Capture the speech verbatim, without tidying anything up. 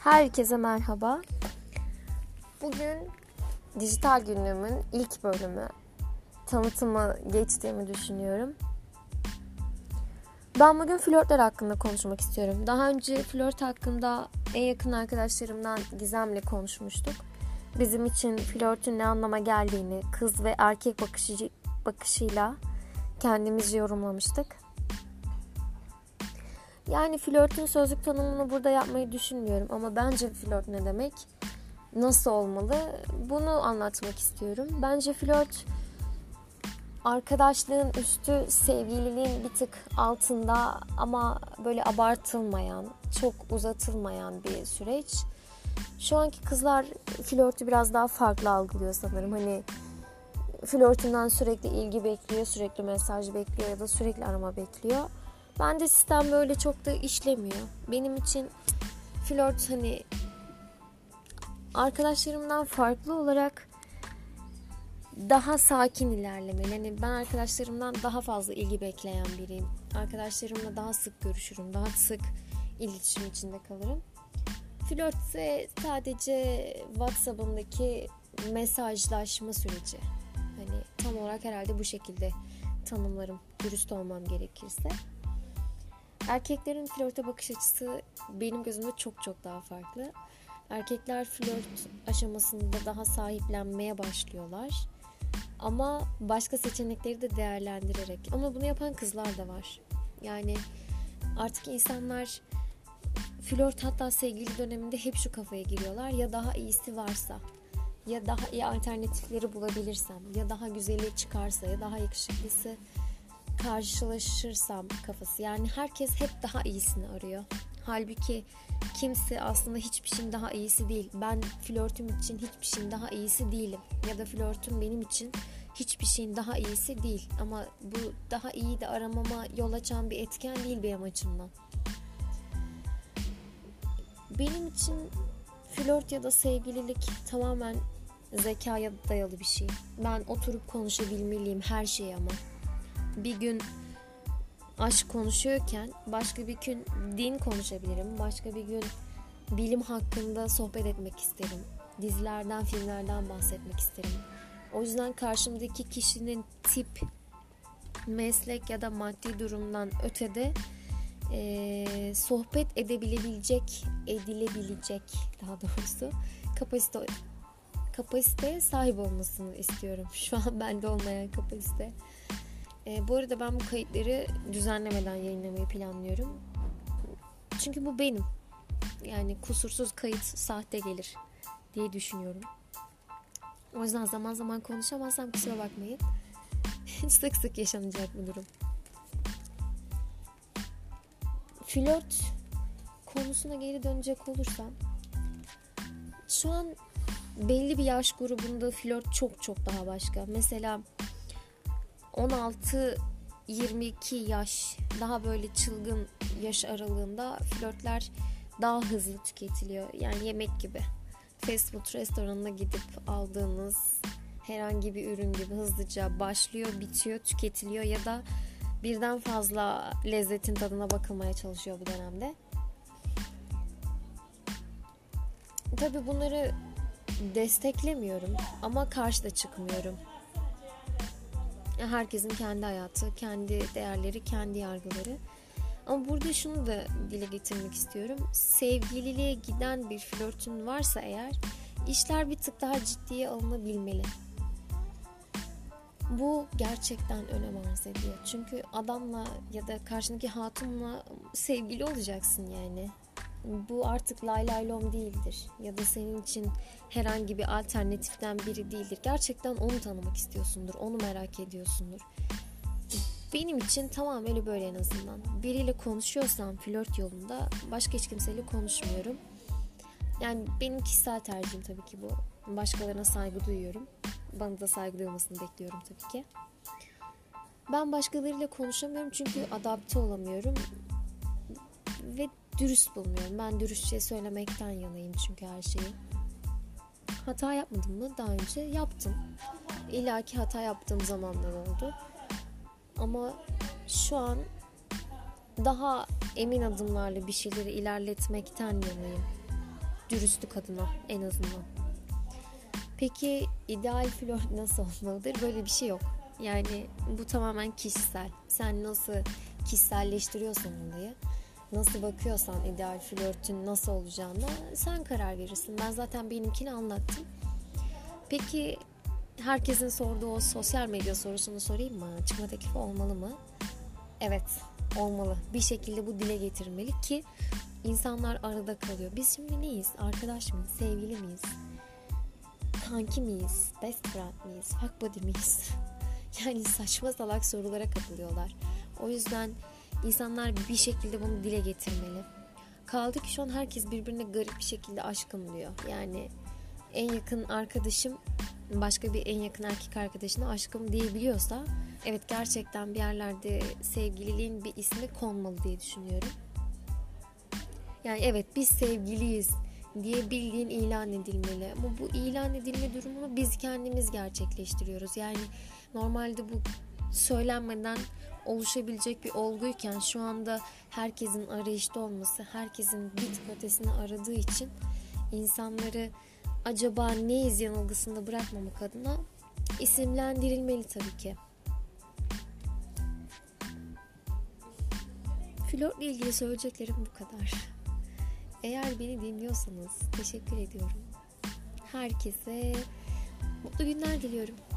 Herkese merhaba. Bugün dijital günlüğümün ilk bölümü, tanıtımı geçtiğimi düşünüyorum. Ben bugün flörtler hakkında konuşmak istiyorum. Daha önce flört hakkında en yakın arkadaşlarımdan Gizem'le konuşmuştuk. Bizim için flörtün ne anlama geldiğini kız ve erkek bakışı, bakışıyla kendimizi yorumlamıştık. Yani flörtün sözlük tanımını burada yapmayı düşünmüyorum ama bence flört ne demek, nasıl olmalı bunu anlatmak istiyorum. Bence flört arkadaşlığın üstü, sevgililiğin bir tık altında ama böyle abartılmayan, çok uzatılmayan bir süreç. Şu anki kızlar flörtü biraz daha farklı algılıyor sanırım. Hani flörtünden sürekli ilgi bekliyor, sürekli mesaj bekliyor ya da sürekli arama bekliyor. Bence sistem böyle çok da işlemiyor. Benim için flört hani arkadaşlarımdan farklı olarak daha sakin ilerlemeli. Yani ben arkadaşlarımdan daha fazla ilgi bekleyen biriyim. Arkadaşlarımla daha sık görüşürüm. Daha sık iletişim içinde kalırım. Flört ise sadece WhatsApp'ımdaki mesajlaşma süreci. Hani tam olarak herhalde bu şekilde tanımlarım. Dürüst olmam gerekirse. Erkeklerin flörte bakış açısı benim gözümde çok çok daha farklı. Erkekler flört aşamasında daha sahiplenmeye başlıyorlar. Ama başka seçenekleri de değerlendirerek. Ama bunu yapan kızlar da var. Yani artık insanlar flört hatta sevgili döneminde hep şu kafaya giriyorlar. Ya daha iyisi varsa, ya daha iyi alternatifleri bulabilirsem, ya daha güzeli çıkarsa, ya daha yakışıklısı karşılaşırsam kafası. Yani herkes hep daha iyisini arıyor. Halbuki kimse aslında hiçbir şeyin daha iyisi değil. Ben flörtüm için hiçbir şeyin daha iyisi değilim. Ya da flörtüm benim için hiçbir şeyin daha iyisi değil. Ama bu daha iyi de aramama yol açan bir etken değil benim açımdan. Benim için flört ya da sevgililik tamamen zekaya dayalı bir şey. Ben oturup konuşabilmeliyim her şeyi ama. Bir gün aşk konuşuyorken başka bir gün din konuşabilirim. Başka bir gün bilim hakkında sohbet etmek isterim. Dizilerden, filmlerden bahsetmek isterim. O yüzden karşımdaki kişinin tip, meslek ya da maddi durumdan ötede e, sohbet edebilecek, edilebilecek daha doğrusu kapasite kapasiteye sahip olmasını istiyorum. Şu an bende olmayan kapasite. E, bu arada ben bu kayıtları düzenlemeden yayınlamayı planlıyorum. Çünkü bu benim. Yani kusursuz kayıt sahte gelir diye düşünüyorum. O yüzden zaman zaman konuşamazsam kusura bakmayın. Sık sık yaşanacak bu durum. Flört konusuna geri dönecek olursam, şu an belli bir yaş grubunda flört çok çok daha başka. Mesela on altı yirmi iki yaş, daha böyle çılgın yaş aralığında flörtler daha hızlı tüketiliyor. Yani yemek gibi. Fast food restoranına gidip aldığınız herhangi bir ürün gibi hızlıca başlıyor, bitiyor, tüketiliyor ya da birden fazla lezzetin tadına bakılmaya çalışıyor bu dönemde. Tabii bunları desteklemiyorum ama karşı da çıkmıyorum. Herkesin kendi hayatı, kendi değerleri, kendi yargıları. Ama burada şunu da dile getirmek istiyorum. Sevgililiğe giden bir flörtün varsa eğer, işler bir tık daha ciddiye alınabilmeli. Bu gerçekten önem arz ediyor. Çünkü adamla ya da karşındaki hatunla sevgili olacaksın yani. Bu artık lay lay lom değildir. Ya da senin için herhangi bir alternatiften biri değildir. Gerçekten onu tanımak istiyorsundur. Onu merak ediyorsundur. Benim için tamamen böyle en azından. Biriyle konuşuyorsam flört yolunda başka hiç kimseyle konuşmuyorum. Yani benim kişisel tercihim tabii ki bu. Başkalarına saygı duyuyorum. Bana da saygı duymasını bekliyorum tabii ki. Ben başkalarıyla konuşamıyorum çünkü adapte olamıyorum. Ve dürüst bulmuyorum. Ben dürüstçe söylemekten yanayım çünkü her şeyi. Hata yapmadım mı? Daha önce yaptım. İlla ki hata yaptığım zamanlar oldu. Ama şu an daha emin adımlarla bir şeyleri ilerletmekten yanayım. dürüstlük adına en azından. Peki ideal flört nasıl olmalıdır? Böyle bir şey yok. Yani bu tamamen kişisel. Sen nasıl kişiselleştiriyorsan olayı, nasıl bakıyorsan ideal flörtün nasıl olacağına sen karar verirsin. Ben zaten benimkini anlattım. Peki herkesin sorduğu o sosyal medya sorusunu sorayım mı? Çıkma teklifi olmalı mı? Evet, olmalı. Bir şekilde bu dile getirilmeli ki insanlar arada kalıyor. Biz şimdi neyiz? Arkadaş mıyız? Sevgili miyiz? Kanki miyiz? Best friend miyiz? Fuck buddy miyiz? Yani saçma salak sorulara kapılıyorlar. O yüzden insanlar bir şekilde bunu dile getirmeli. Kaldı ki şu an herkes birbirine garip bir şekilde aşkım diyor. Yani en yakın arkadaşım başka bir en yakın erkek arkadaşına aşkım diyebiliyorsa, evet, gerçekten bir yerlerde sevgililiğin bir ismi konmalı diye düşünüyorum. Yani evet, biz sevgiliyiz diye bildiğin ilan edilmeli. Ama bu ilan edilme durumunu biz kendimiz gerçekleştiriyoruz. Yani normalde bu söylenmeden oluşabilecek bir olguyken şu anda herkesin arayışta olması, herkesin bir tık ötesini aradığı için insanları acaba neyiz yanılgısında bırakmamak adına isimlendirilmeli tabii ki. Flörtle ilgili söyleyeceklerim bu kadar. Eğer beni dinliyorsanız teşekkür ediyorum. Herkese mutlu günler diliyorum.